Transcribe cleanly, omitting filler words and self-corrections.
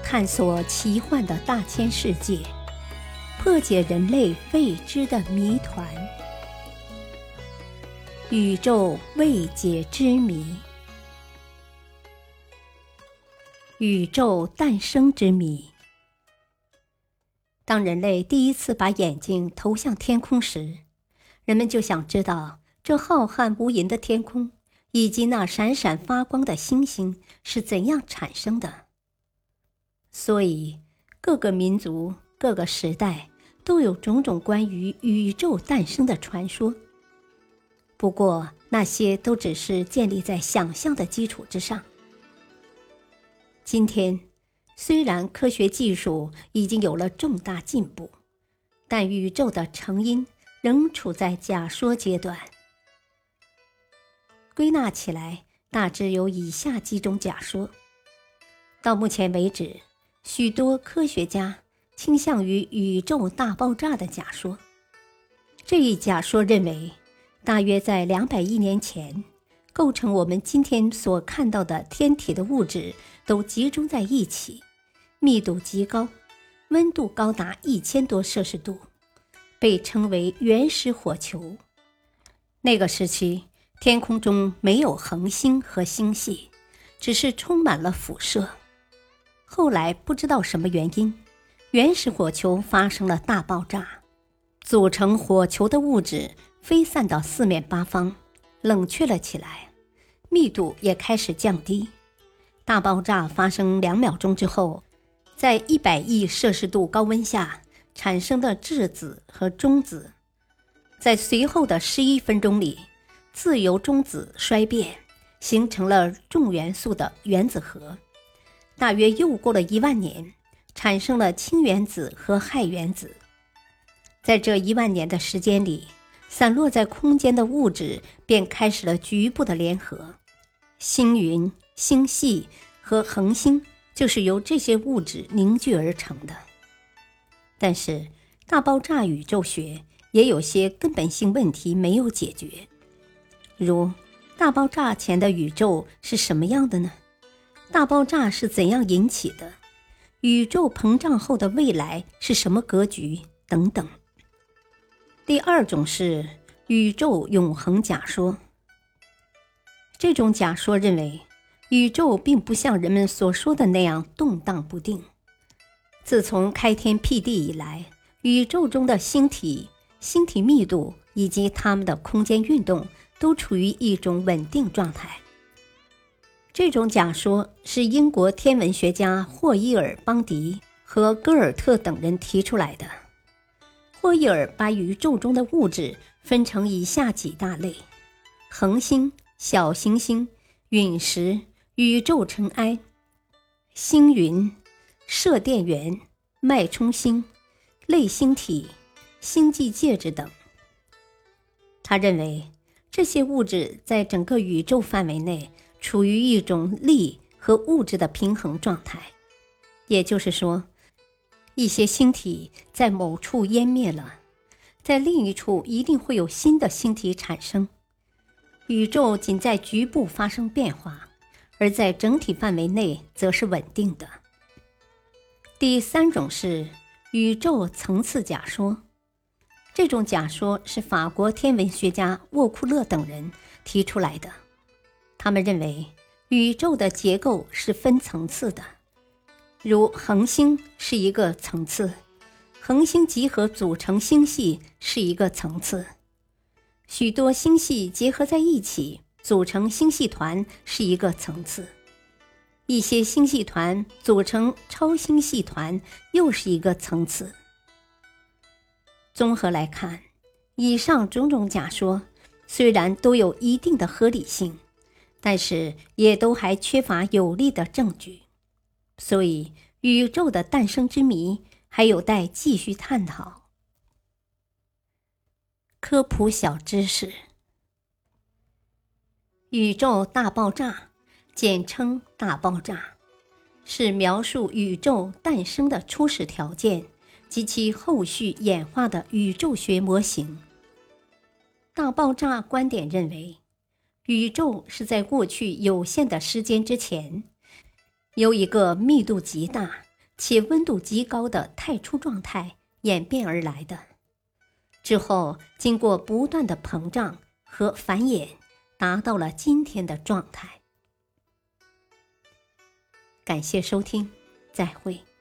探索奇幻的大千世界，破解人类未知的谜团。宇宙未解之谜，宇宙诞生之谜。当人类第一次把眼睛投向天空时，人们就想知道这浩瀚无垠的天空以及那闪闪发光的星星是怎样产生的。所以各个民族、各个时代都有种种关于宇宙诞生的传说。不过那些都只是建立在想象的基础之上。今天虽然科学技术已经有了重大进步，但宇宙的成因仍处在假说阶段。归纳起来，大致有以下几种假说。到目前为止，许多科学家倾向于宇宙大爆炸的假说。这一假说认为，大约在200亿年前，构成我们今天所看到的天体的物质都集中在一起，密度极高，温度高达1000多摄氏度，被称为原始火球。那个时期，天空中没有恒星和星系，只是充满了辐射。后来不知道什么原因，原始火球发生了大爆炸，组成火球的物质飞散到四面八方，冷却了起来，密度也开始降低。大爆炸发生2秒钟之后，在100亿摄氏度高温下产生的质子和中子，在随后的11分钟里，自由中子衰变，形成了重元素的原子核。大约又过了1万年，产生了氢原子和氦原子。在这1万年的时间里，散落在空间的物质便开始了局部的联合，星云、星系和恒星就是由这些物质凝聚而成的。但是大爆炸宇宙学也有些根本性问题没有解决，如大爆炸前的宇宙是什么样的呢？大爆炸是怎样引起的？宇宙膨胀后的未来是什么格局？等等。第二种是宇宙永恒假说。这种假说认为，宇宙并不像人们所说的那样动荡不定。自从开天辟地以来，宇宙中的星体密度以及它们的空间运动都处于一种稳定状态。这种假说是英国天文学家霍伊尔、邦迪和戈尔特等人提出来的。霍伊尔把宇宙中的物质分成以下几大类：恒星、小行星、陨石、宇宙尘埃、星云、射电源、脉冲星、类星体、星际介质等。他认为，这些物质在整个宇宙范围内处于一种力和物质的平衡状态，也就是说，一些星体在某处湮灭了，在另一处一定会有新的星体产生。宇宙仅在局部发生变化，而在整体范围内则是稳定的。第三种是宇宙层次假说。这种假说是法国天文学家沃库勒等人提出来的。他们认为宇宙的结构是分层次的，如恒星是一个层次，恒星集合组成星系是一个层次，许多星系结合在一起组成星系团是一个层次，一些星系团组成超星系团又是一个层次。综合来看，以上种种假说虽然都有一定的合理性，但是也都还缺乏有力的证据，所以宇宙的诞生之谜还有待继续探讨。科普小知识：宇宙大爆炸，简称大爆炸，是描述宇宙诞生的初始条件及其后续演化的宇宙学模型。大爆炸观点认为，宇宙是在过去有限的时间之前，由一个密度极大、 且温度极高的太初状态演变而来的。之后经过不断的膨胀和繁衍，达到了今天的状态。感谢收听，再会。